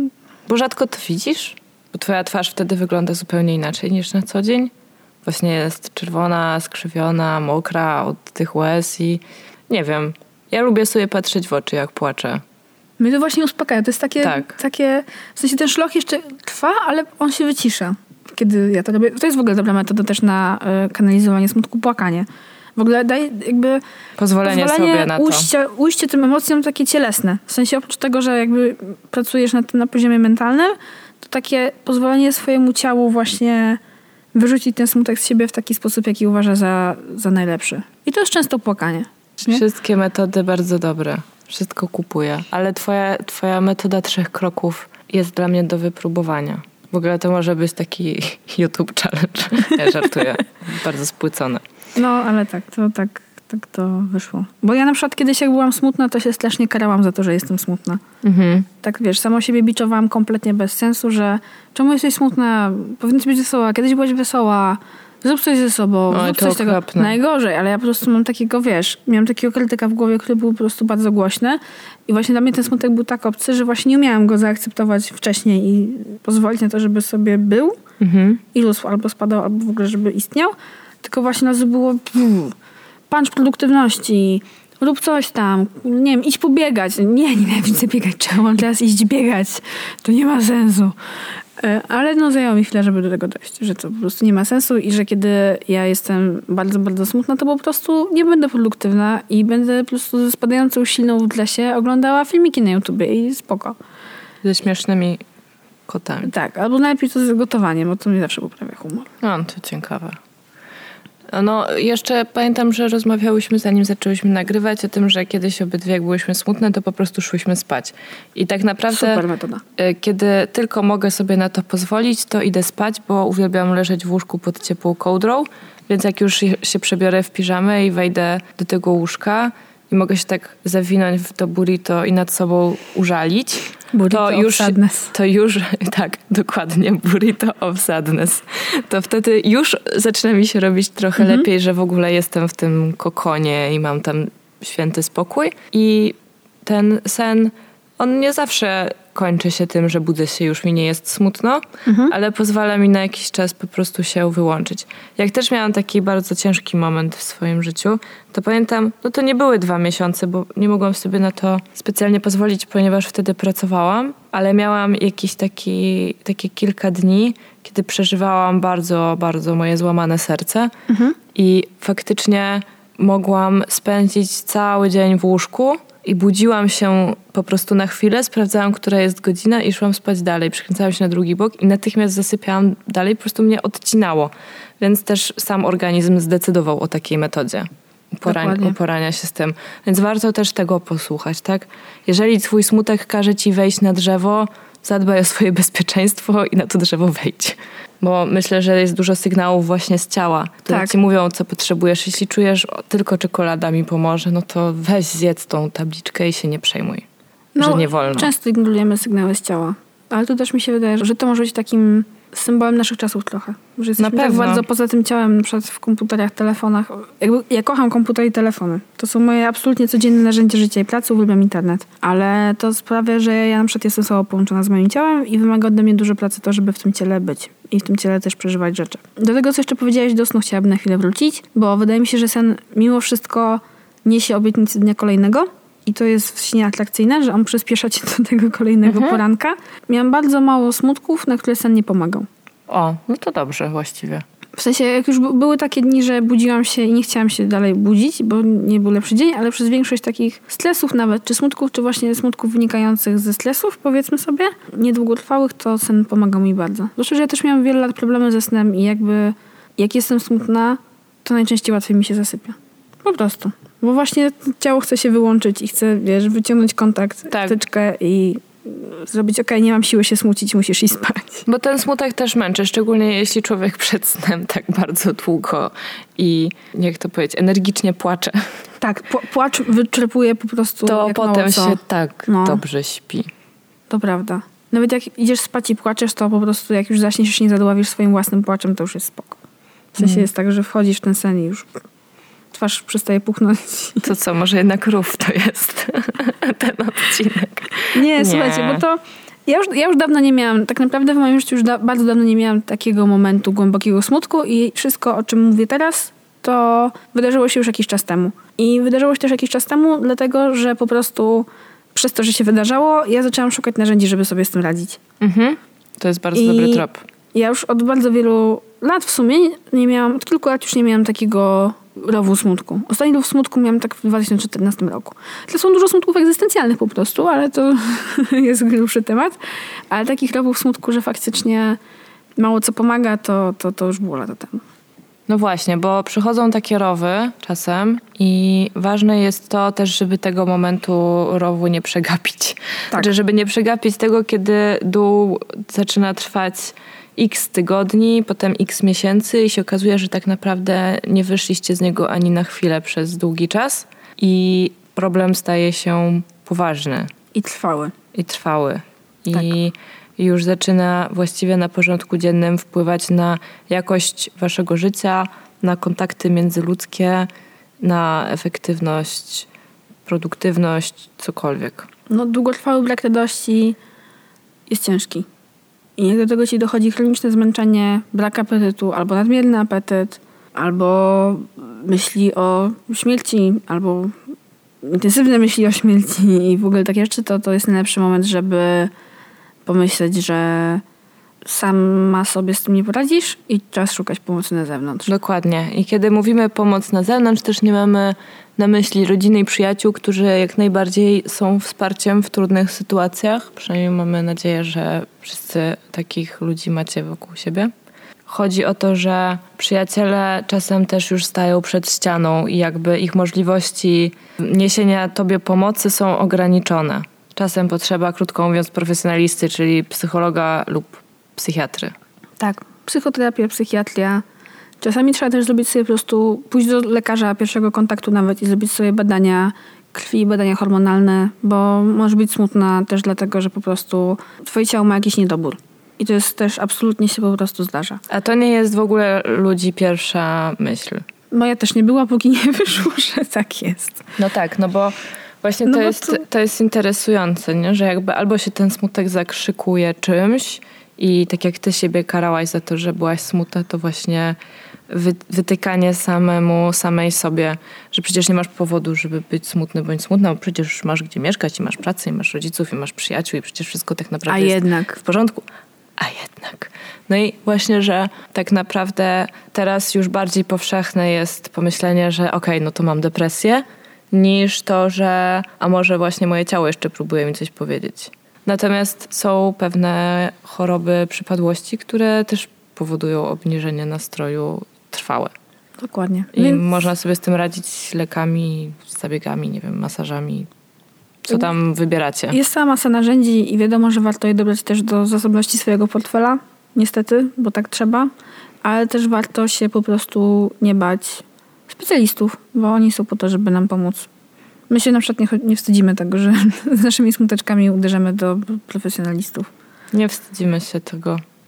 Bo rzadko to widzisz? Bo twoja twarz wtedy wygląda zupełnie inaczej niż na co dzień. Właśnie jest czerwona, skrzywiona, mokra od tych łez i nie wiem. Ja lubię sobie patrzeć w oczy, jak płaczę. Mnie to właśnie uspokaja. To jest takie... W sensie ten szloch jeszcze trwa, ale on się wycisza, kiedy ja to robię. To jest w ogóle dobra metoda też na kanalizowanie smutku, płakanie. W ogóle daj jakby... Pozwolenie sobie na to. Ujście tym emocjom takie cielesne. W sensie oprócz tego, że jakby pracujesz nad tym na poziomie mentalnym, to takie pozwolenie swojemu ciału właśnie wyrzucić ten smutek z siebie w taki sposób, jaki uważa za najlepszy. I to jest często płakanie. Nie? Wszystkie metody bardzo dobre. Wszystko kupuję. Ale twoja metoda 3 kroków jest dla mnie do wypróbowania. W ogóle to może być taki YouTube challenge. Ja żartuję. Bardzo spłycone. No, ale tak to wyszło. Bo ja na przykład kiedyś jak byłam smutna, to się strasznie karałam za to, że jestem smutna. Tak wiesz, samą siebie biczowałam kompletnie bez sensu, że czemu jesteś smutna? Powinnaś być wesoła. Kiedyś byłaś wesoła. Zrób coś ze sobą. Zrób coś tego. Najgorzej, ale ja po prostu mam takiego, miałam takiego krytyka w głowie, który był po prostu bardzo głośny. I właśnie dla mnie ten smutek był tak obcy, że właśnie nie umiałam go zaakceptować wcześniej i pozwolić na to, żeby sobie był i rósł albo spadał, albo w ogóle żeby istniał. Tylko właśnie nas było punch produktywności, rób coś tam, nie wiem, idź pobiegać. Nie nienawidzę biegać, czemu mam teraz iść biegać? To nie ma sensu. Ale zajęło mi chwilę, żeby do tego dojść, że to po prostu nie ma sensu i że kiedy ja jestem bardzo, bardzo smutna, to po prostu nie będę produktywna i będę po prostu ze spadającą silną w lesie oglądała filmiki na YouTubie i spoko. Ze śmiesznymi kotami. Tak, albo najlepiej to z gotowaniem, bo to mi zawsze poprawia humor. No, to ciekawe. No, jeszcze pamiętam, że rozmawiałyśmy, zanim zaczęłyśmy nagrywać, o tym, że kiedyś obydwie, jak byłyśmy smutne, to po prostu szłyśmy spać. I tak naprawdę, super metoda. Kiedy tylko mogę sobie na to pozwolić, to idę spać, bo uwielbiam leżeć w łóżku pod ciepłą kołdrą, więc jak już się przebiorę w piżamę i wejdę do tego łóżka i mogę się tak zawinąć w to burrito i nad sobą użalić, burrito of sadness. To już, tak, dokładnie, burrito of sadness. To wtedy już zaczyna mi się robić trochę lepiej, że w ogóle jestem w tym kokonie i mam tam święty spokój. I ten sen, on nie zawsze kończy się tym, że budzę się, już mi nie jest smutno, ale pozwala mi na jakiś czas po prostu się wyłączyć. Jak też miałam taki bardzo ciężki moment w swoim życiu, to pamiętam, to nie były 2 miesiące, bo nie mogłam sobie na to specjalnie pozwolić, ponieważ wtedy pracowałam, ale miałam jakieś takie kilka dni, kiedy przeżywałam bardzo, bardzo moje złamane serce i faktycznie mogłam spędzić cały dzień w łóżku i budziłam się po prostu na chwilę, sprawdzałam, która jest godzina i szłam spać dalej. Przekręcałam się na drugi bok i natychmiast zasypiałam dalej, po prostu mnie odcinało. Więc też sam organizm zdecydował o takiej metodzie uporania się z tym. Więc warto też tego posłuchać, tak? Jeżeli twój smutek każe ci wejść na drzewo, zadbaj o swoje bezpieczeństwo i na to drzewo wejdź. Bo myślę, że jest dużo sygnałów właśnie z ciała, które ci mówią, co potrzebujesz. Jeśli czujesz, tylko czekolada mi pomoże, no to weź zjedz tą tabliczkę i się nie przejmuj, że nie wolno. Często ignorujemy sygnały z ciała. Ale to też mi się wydaje, że to może być takim symbolem naszych czasów trochę. Że jesteśmy Na tak pewno. bardzo poza tym ciałem, na przykład w komputerach, telefonach. Ja kocham komputer i telefony. To są moje absolutnie codzienne narzędzia życia i pracy, uwielbiam internet. Ale to sprawia, że ja na przykład jestem słabo połączona z moim ciałem i wymaga ode mnie dużo pracy to, żeby w tym ciele być. I w tym ciele też przeżywać rzeczy. Do tego, co jeszcze powiedziałaś, do snu chciałabym na chwilę wrócić, bo wydaje mi się, że sen mimo wszystko niesie obietnicę dnia kolejnego. I to jest w śnie atrakcyjne, że on przyspiesza cię do tego kolejnego poranka. Miałam bardzo mało smutków, na które sen nie pomagał. O, no to dobrze właściwie. W sensie, jak już były takie dni, że budziłam się i nie chciałam się dalej budzić, bo nie był lepszy dzień, ale przez większość takich stresów nawet, czy smutków, czy właśnie smutków wynikających ze stresów, powiedzmy sobie, niedługotrwałych, to sen pomagał mi bardzo. Zwłaszcza, że ja też miałam wiele lat problemy ze snem i jakby jak jestem smutna, to najczęściej łatwiej mi się zasypia. Po prostu. Bo właśnie ciało chce się wyłączyć i chce, wiesz, wyciągnąć kontakt, wtyczkę i zrobić nie mam siły się smucić, musisz iść spać. Bo ten smutek też męczy, szczególnie jeśli człowiek przed snem tak bardzo długo i, jak to powiedzieć, energicznie płacze. Tak, płacz wyczerpuje po prostu to jak potem mało co. się tak dobrze śpi. To prawda. Nawet jak idziesz spać i płaczesz, to po prostu jak już zaśniesz i nie zadławisz swoim własnym płaczem, to już jest spoko. W sensie jest tak, że wchodzisz w ten sen i już twarz przestaje puchnąć. To co, może jednak rów to jest ten odcinek. Nie, słuchajcie, bo to ja już dawno nie miałam, tak naprawdę w moim życiu już bardzo dawno nie miałam takiego momentu głębokiego smutku i wszystko, o czym mówię teraz, to wydarzyło się już jakiś czas temu. I wydarzyło się też jakiś czas temu, dlatego, że po prostu przez to, że się wydarzało, ja zaczęłam szukać narzędzi, żeby sobie z tym radzić. To jest bardzo dobry trop. Ja już od bardzo wielu lat w sumie nie miałam, od kilku lat już nie miałam takiego rowu smutku. Ostatni rów smutku miałam tak w 2014 roku. To są dużo smutków egzystencjalnych po prostu, ale to jest grubszy temat. Ale takich rowów smutku, że faktycznie mało co pomaga, to już było lata temu. No właśnie, bo przychodzą takie rowy czasem i ważne jest to też, żeby tego momentu rowu nie przegapić. Tak. Znaczy, żeby nie przegapić tego, kiedy dół zaczyna trwać x tygodni, potem x miesięcy i się okazuje, że tak naprawdę nie wyszliście z niego ani na chwilę przez długi czas i problem staje się poważny. I trwały. I już zaczyna właściwie na porządku dziennym wpływać na jakość waszego życia, na kontakty międzyludzkie, na efektywność, produktywność, cokolwiek. No, długotrwały brak radości jest ciężki. I jak do tego ci dochodzi chroniczne zmęczenie, brak apetytu, albo nadmierny apetyt, albo myśli o śmierci, albo intensywne myśli o śmierci i w ogóle takie rzeczy, to jest najlepszy moment, żeby pomyśleć, że sama sobie z tym nie poradzisz i czas szukać pomocy na zewnątrz. Dokładnie. I kiedy mówimy pomoc na zewnątrz, też nie mamy na myśli rodziny i przyjaciół, którzy jak najbardziej są wsparciem w trudnych sytuacjach. Przynajmniej mamy nadzieję, że wszyscy takich ludzi macie wokół siebie. Chodzi o to, że przyjaciele czasem też już stają przed ścianą i jakby ich możliwości niesienia tobie pomocy są ograniczone. Czasem potrzeba, krótko mówiąc, profesjonalisty, czyli psychologa lub psychiatry. Tak, psychoterapia, psychiatria. Czasami trzeba też zrobić sobie po prostu, pójść do lekarza pierwszego kontaktu nawet i zrobić sobie badania krwi, badania hormonalne, bo możesz być smutna też dlatego, że po prostu twoje ciało ma jakiś niedobór. I to jest też absolutnie się po prostu zdarza. A to nie jest w ogóle ludzi pierwsza myśl. Moja też nie była, póki nie wyszło, że tak jest. No tak, no bo właśnie to jest interesujące, nie? Że jakby albo się ten smutek zakrzykuje czymś i tak jak ty siebie karałaś za to, że byłaś smutna, to właśnie wytykanie samej sobie, że przecież nie masz powodu, żeby być smutny bądź smutna, bo przecież masz gdzie mieszkać i masz pracę i masz rodziców i masz przyjaciół i przecież wszystko tak naprawdę jest w porządku. A jednak. No i właśnie, że tak naprawdę teraz już bardziej powszechne jest pomyślenie, że okej, no to mam depresję, niż to, że a może właśnie moje ciało jeszcze próbuje mi coś powiedzieć. Natomiast są pewne choroby przypadłości, które też powodują obniżenie nastroju trwałe. Dokładnie. I można sobie z tym radzić lekami, zabiegami, nie wiem, masażami. Co tam wybieracie? Jest cała masa narzędzi i wiadomo, że warto je dobrać też do zasobności swojego portfela. Niestety, bo tak trzeba. Ale też warto się po prostu nie bać specjalistów, bo oni są po to, żeby nam pomóc. My się na przykład nie wstydzimy tego, że z naszymi smuteczkami uderzamy do profesjonalistów. Nie wstydzimy się tego.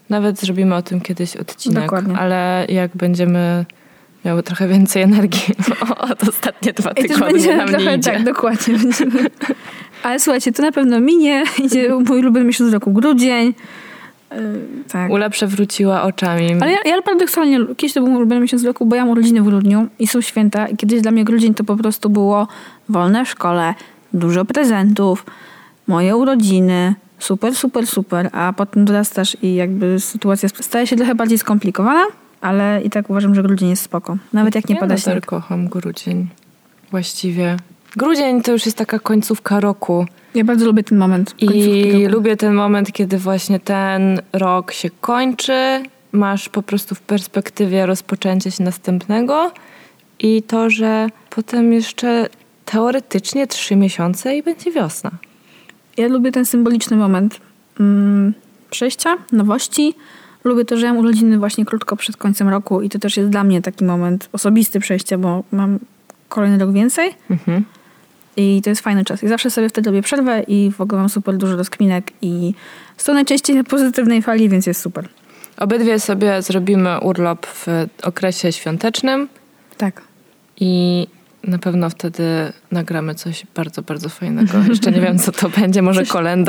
Nawet zrobimy o tym kiedyś odcinek. Dokładnie. Ale jak będziemy miały trochę więcej energii, bo od ostatnie 2 tygodnie nam nie idzie. Tak, dokładnie. Ale słuchajcie, to na pewno minie. Idzie mój ulubiony miesiąc roku, grudzień. Tak. Ula przewróciła oczami. Ale ja paradoksalnie, kiedyś to był mój ulubiony miesiąc roku, bo ja mam urodziny w grudniu i są święta. I kiedyś dla mnie grudzień to po prostu było wolne w szkole, dużo prezentów, moje urodziny, super. A potem dorastasz i jakby sytuacja staje się trochę bardziej skomplikowana, ale i tak uważam, że grudzień jest spoko. Nawet jak nie pada śnieg. Ja kocham grudzień. Właściwie. Grudzień to już jest taka końcówka roku. Ja bardzo lubię ten moment. I lubię ten moment, kiedy właśnie ten rok się kończy. Masz po prostu w perspektywie rozpoczęcie się następnego i to, że potem jeszcze teoretycznie 3 miesiące i będzie wiosna. Ja lubię ten symboliczny moment przejścia, nowości. Lubię to, że mam urodziny właśnie krótko przed końcem roku i to też jest dla mnie taki moment osobisty przejścia, bo mam kolejny rok więcej. Mhm. I to jest fajny czas. I zawsze sobie wtedy robię przerwę i w ogóle mam super dużo rozkminek i są najczęściej na pozytywnej fali, więc jest super. Obydwie sobie zrobimy urlop w okresie świątecznym. Tak. I na pewno wtedy nagramy coś bardzo, bardzo fajnego. Jeszcze nie wiem, co to będzie. Może kolenda.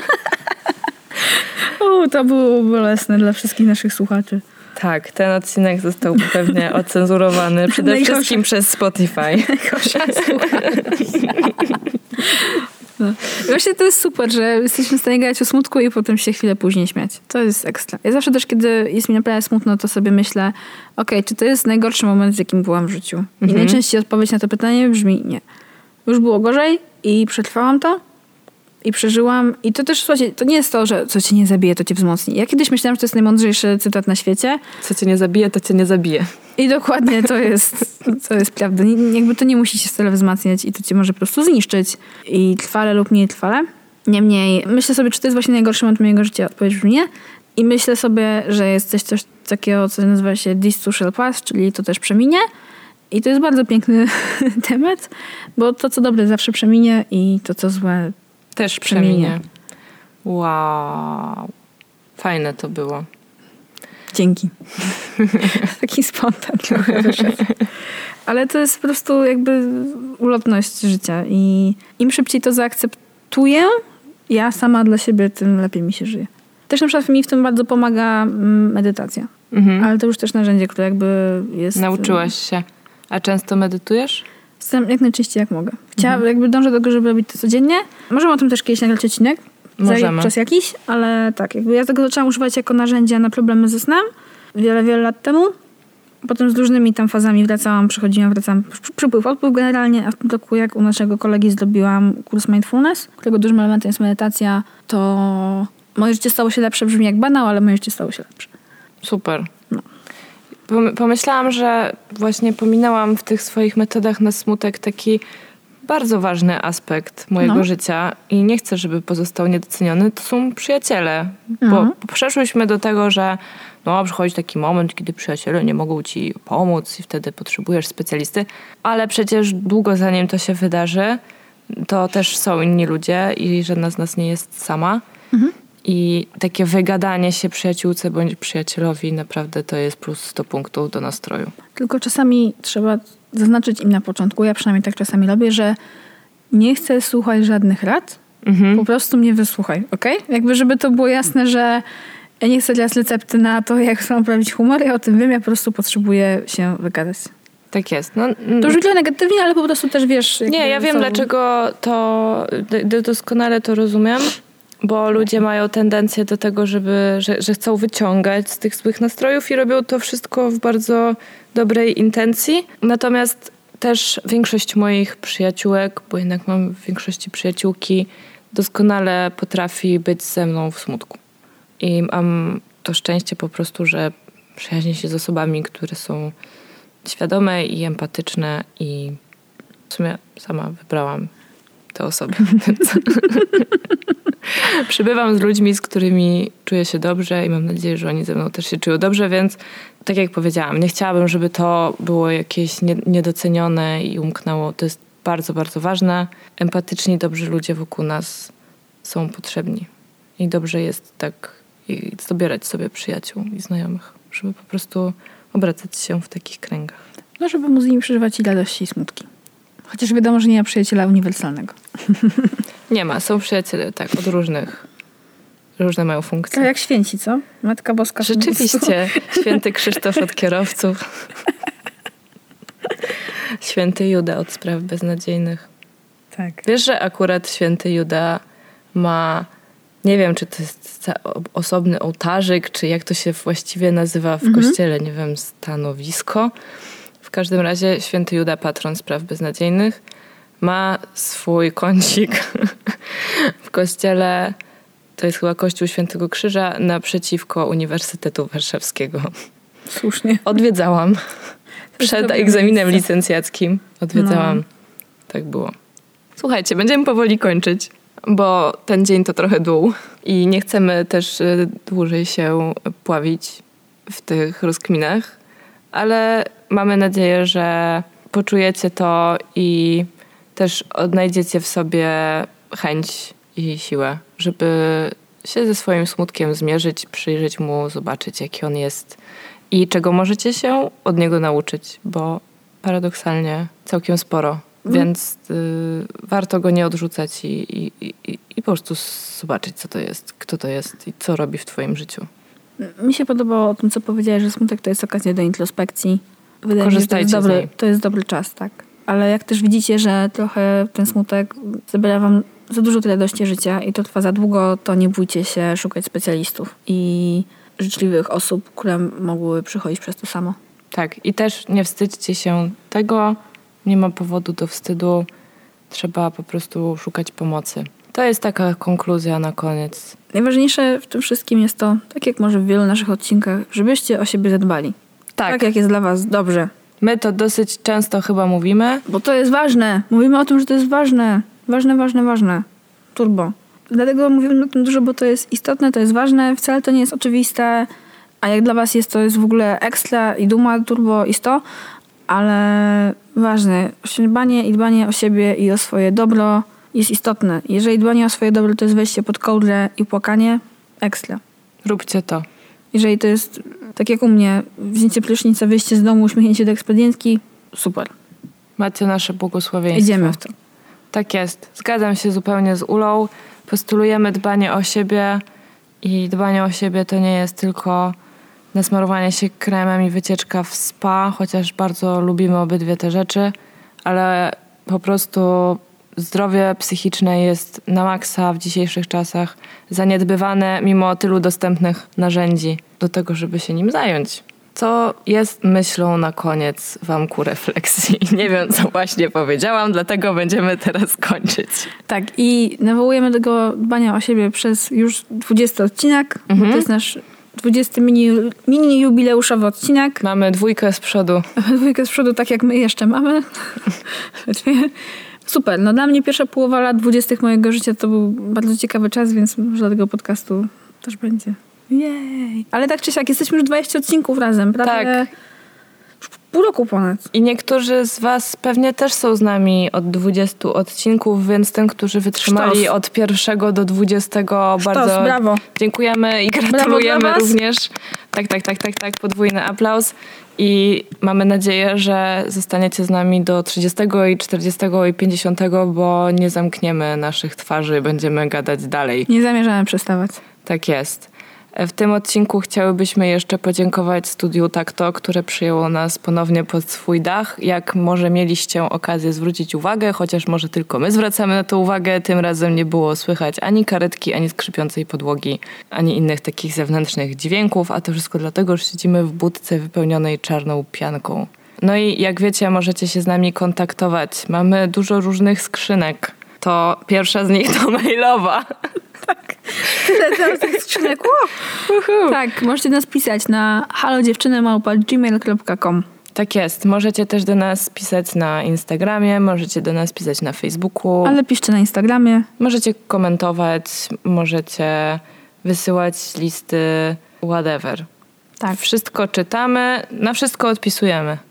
To było bolesne dla wszystkich naszych słuchaczy. Tak, ten odcinek został pewnie ocenzurowany przede wszystkim przez Spotify. No. Właśnie to jest super, że jesteśmy w stanie gadać o smutku i potem się chwilę później śmiać. To jest ekstra. Ja zawsze też, kiedy jest mi naprawdę smutno, to sobie myślę, czy to jest najgorszy moment, w jakim byłam w życiu? I najczęściej odpowiedź na to pytanie brzmi nie. Już było gorzej i przetrwałam to i przeżyłam. I to też, słuchajcie, to nie jest to, że co cię nie zabije, to cię wzmocni. Ja kiedyś myślałam, że to jest najmądrzejszy cytat na świecie. Co cię nie zabije, to cię nie zabije. I dokładnie to jest prawda. Jakby to nie musi się wcale wzmacniać i to cię może po prostu zniszczyć. I trwale lub nie trwale. Niemniej myślę sobie, czy to jest właśnie najgorszy moment mojego życia. Odpowiedź brzmi nie. I myślę sobie, że jest coś takiego, co nazywa się this too shall pass, czyli to też przeminie. I to jest bardzo piękny temat, bo to, co dobre, zawsze przeminie i to, co złe, też przeminie. Wow. Fajne to było. Dzięki. Taki spontan trochę wyszedł. Ale to jest po prostu jakby ulotność życia i im szybciej to zaakceptuję, ja sama dla siebie, tym lepiej mi się żyje. Też na przykład mi w tym bardzo pomaga medytacja. Ale to już też narzędzie, które jakby jest... Nauczyłaś się. A często medytujesz? Staram jak najczęściej jak mogę. Jakby dążę do tego, żeby robić to codziennie. Możemy o tym też kiedyś nagrać odcinek. Możemy. Czas jakiś, ale tak, jakby ja tego zaczęłam używać jako narzędzia na problemy ze snem wiele lat temu. Potem z różnymi tam fazami wracałam, przypływ, odpływ generalnie, a w tym roku jak u naszego kolegi zrobiłam kurs mindfulness, którego dużym elementem jest medytacja, to moje życie stało się lepsze, brzmi jak banał, ale moje życie stało się lepsze. Super. No. Pomyślałam, że właśnie pominęłam w tych swoich metodach na smutek taki bardzo ważny aspekt mojego życia i nie chcę, żeby pozostał niedoceniony. To są przyjaciele. Bo przeszłyśmy do tego, że przychodzi taki moment, kiedy przyjaciele nie mogą ci pomóc i wtedy potrzebujesz specjalisty. Ale przecież długo zanim to się wydarzy, to też są inni ludzie i żadna z nas nie jest sama. I takie wygadanie się przyjaciółce bądź przyjacielowi naprawdę to jest plus 100 punktów do nastroju. Tylko czasami trzeba zaznaczyć im na początku, ja przynajmniej tak czasami robię, że nie chcę słuchać żadnych rad, po prostu mnie wysłuchaj, okej? Jakby żeby to było jasne, że ja nie chcę teraz recepty na to, jak mam poprawić humor, ja o tym wiem, ja po prostu potrzebuję się wygadać. Tak jest. To już wygląda negatywnie, ale po prostu też wiesz... Nie, ja wiem dlaczego to doskonale to rozumiem. Bo ludzie mają tendencję do tego, że chcą wyciągać z tych złych nastrojów i robią to wszystko w bardzo dobrej intencji. Natomiast też większość moich przyjaciółek, bo jednak mam w większości przyjaciółki, doskonale potrafi być ze mną w smutku. I mam to szczęście po prostu, że przyjaźnię się z osobami, które są świadome i empatyczne i w sumie sama wybrałam te osoby. Przybywam z ludźmi, z którymi czuję się dobrze i mam nadzieję, że oni ze mną też się czują dobrze, więc tak jak powiedziałam, nie chciałabym, żeby to było jakieś niedocenione i umknęło. To jest bardzo, bardzo ważne. Empatyczni, dobrzy ludzie wokół nas są potrzebni. I dobrze jest tak i dobierać sobie przyjaciół i znajomych, żeby po prostu obracać się w takich kręgach. No, żeby móc z nimi przeżywać i radości, i smutki. Chociaż wiadomo, że nie ma przyjaciela uniwersalnego. Nie ma, są przyjaciele tak od różne mają funkcje. Tak jak święci, co? Matka Boska. Rzeczywiście, święty Krzysztof od kierowców. Święty Juda od spraw beznadziejnych. Tak. Wiesz, że akurat święty Juda ma, nie wiem, czy to jest osobny ołtarzyk, czy jak to się właściwie nazywa w kościele, nie wiem, stanowisko. W każdym razie święty Juda, patron spraw beznadziejnych, ma swój kącik w kościele. To jest chyba Kościół Świętego Krzyża naprzeciwko Uniwersytetu Warszawskiego. Słusznie. Odwiedzałam. Przed egzaminem licencjackim odwiedzałam. No. Tak było. Słuchajcie, będziemy powoli kończyć, bo ten dzień to trochę dół i nie chcemy też dłużej się pławić w tych rozkminach, ale mamy nadzieję, że poczujecie to i też odnajdziecie w sobie chęć i siłę, żeby się ze swoim smutkiem zmierzyć, przyjrzeć mu, zobaczyć, jaki on jest i czego możecie się od niego nauczyć, bo paradoksalnie całkiem sporo, więc warto go nie odrzucać i po prostu zobaczyć, co to jest, kto to jest i co robi w twoim życiu. Mi się podobało o tym, co powiedziałeś, że smutek to jest okazja do introspekcji. Wydaje mi się, że to jest dobry czas, tak. Ale jak też widzicie, że trochę ten smutek zabiera wam za dużo tej radości życia i to trwa za długo, to nie bójcie się szukać specjalistów i życzliwych osób, które mogły przychodzić przez to samo. Tak, i też nie wstydźcie się tego, nie ma powodu do wstydu, trzeba po prostu szukać pomocy. To jest taka konkluzja na koniec. Najważniejsze w tym wszystkim jest to, tak jak może w wielu naszych odcinkach, żebyście o siebie zadbali. Tak jak jest dla was dobrze. My to dosyć często chyba mówimy. Bo to jest ważne. Mówimy o tym, że to jest ważne. Ważne. Turbo. Dlatego mówimy o tym dużo, bo to jest istotne, to jest ważne. Wcale to nie jest oczywiste. A jak dla was jest, to jest w ogóle ekstra i duma, turbo i 100. Ale ważne. Dbanie o siebie i o swoje dobro jest istotne. Jeżeli dbanie o swoje dobro to jest wejście pod kołdrę i płakanie, ekstra. Róbcie to. Jeżeli to jest, tak jak u mnie, wzięcie prysznica, wyjście z domu, uśmiechnięcie do ekspedientki, super. Macie nasze błogosławieństwo. Idziemy w to. Tak jest. Zgadzam się zupełnie z Ulą. Postulujemy dbanie o siebie i dbanie o siebie to nie jest tylko nasmarowanie się kremem i wycieczka w spa, chociaż bardzo lubimy obydwie te rzeczy, ale po prostu zdrowie psychiczne jest na maksa w dzisiejszych czasach zaniedbywane mimo tylu dostępnych narzędzi do tego, żeby się nim zająć. Co jest myślą na koniec wam ku refleksji. Nie wiem, co właśnie powiedziałam, dlatego będziemy teraz kończyć. Tak, i nawołujemy do tego dbania o siebie przez już 20 odcinek. To jest nasz 20 mini jubileuszowy odcinek. Mamy 2 z przodu. 2 z przodu, tak jak my jeszcze mamy. Super, no dla mnie pierwsza połowa lat 20 mojego życia to był bardzo ciekawy czas, więc może dla tego podcastu też będzie. Jej! Ale tak czy siak, jesteśmy już 20 odcinków razem, prawie tak. Pół roku ponad. I niektórzy z was pewnie też są z nami od 20 odcinków, więc tym, którzy wytrzymali od 1 do 20 bardzo brawo. Dziękujemy i gratulujemy również. Tak, podwójny aplauz. I mamy nadzieję, że zostaniecie z nami do 30 i 40 i 50, bo nie zamkniemy naszych twarzy, będziemy gadać dalej. Nie zamierzamy przestawać. Tak jest. W tym odcinku chciałybyśmy jeszcze podziękować Studiu Takto, które przyjęło nas ponownie pod swój dach. Jak może mieliście okazję zwrócić uwagę, chociaż może tylko my zwracamy na to uwagę, tym razem nie było słychać ani karetki, ani skrzypiącej podłogi, ani innych takich zewnętrznych dźwięków, a to wszystko dlatego, że siedzimy w budce wypełnionej czarną pianką. No i jak wiecie, możecie się z nami kontaktować. Mamy dużo różnych skrzynek. To pierwsza z nich to mailowa. Tak. Tyle tych skrzynek. Tak, możecie nas pisać na halodziewczyny@gmail.com. Tak jest. Możecie też do nas pisać na Instagramie, możecie do nas pisać na Facebooku. Ale piszcie na Instagramie. Możecie komentować, możecie wysyłać listy, whatever. Tak. Wszystko czytamy, na wszystko odpisujemy.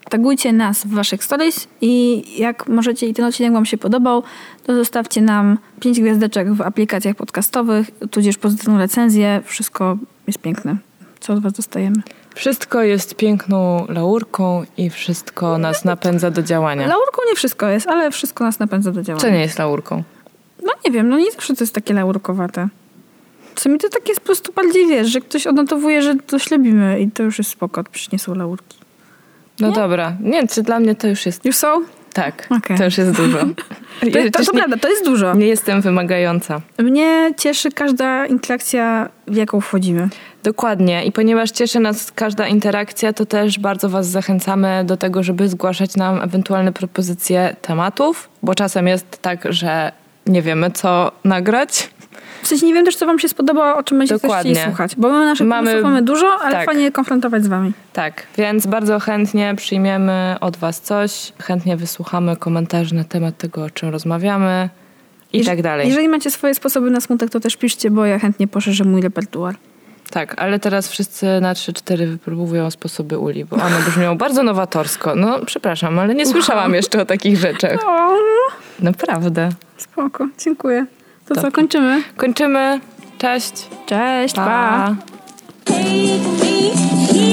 tagujcie nas w waszych stories i jak możecie i ten odcinek wam się podobał, to zostawcie nam 5 gwiazdeczek w aplikacjach podcastowych, tudzież pozytywną recenzję. Wszystko jest piękne. Co od was dostajemy? Wszystko jest piękną laurką i wszystko nas napędza do działania. Laurką nie wszystko jest, ale wszystko nas napędza do działania. Co nie jest laurką? No nie wiem, no nie zawsze to jest takie laurkowate. Czasami to takie jest po prostu bardziej, wiesz, że ktoś odnotowuje, że to ślebimy i to już jest spoko, przecież nie są laurki. No dobra. Nie, czy dla mnie to już jest... Już są? Tak, Okay. To już jest dużo. To prawda, to jest dużo. Nie jestem wymagająca. Mnie cieszy każda interakcja, w jaką wchodzimy. Dokładnie. I ponieważ cieszy nas każda interakcja, to też bardzo was zachęcamy do tego, żeby zgłaszać nam ewentualne propozycje tematów, bo czasem jest tak, że nie wiemy, co nagrać. W sensie nie wiem też, co wam się spodoba, o czym będziecie chcieli słuchać. Bo my naszych pomysłów mamy dużo, ale fajnie konfrontować z wami. Tak, więc bardzo chętnie przyjmiemy od was coś. Chętnie wysłuchamy komentarzy na temat tego, o czym rozmawiamy i tak dalej. Jeżeli macie swoje sposoby na smutek, to też piszcie, bo ja chętnie poszerzę mój repertuar. Tak, ale teraz wszyscy na 3-4 wypróbują sposoby Uli, bo one brzmią bardzo nowatorsko. No, przepraszam, ale nie słyszałam jeszcze o takich rzeczach. Naprawdę. Spoko, dziękuję. To Dobrze. co, kończymy? Kończymy. Cześć. Cześć, Pa. pa.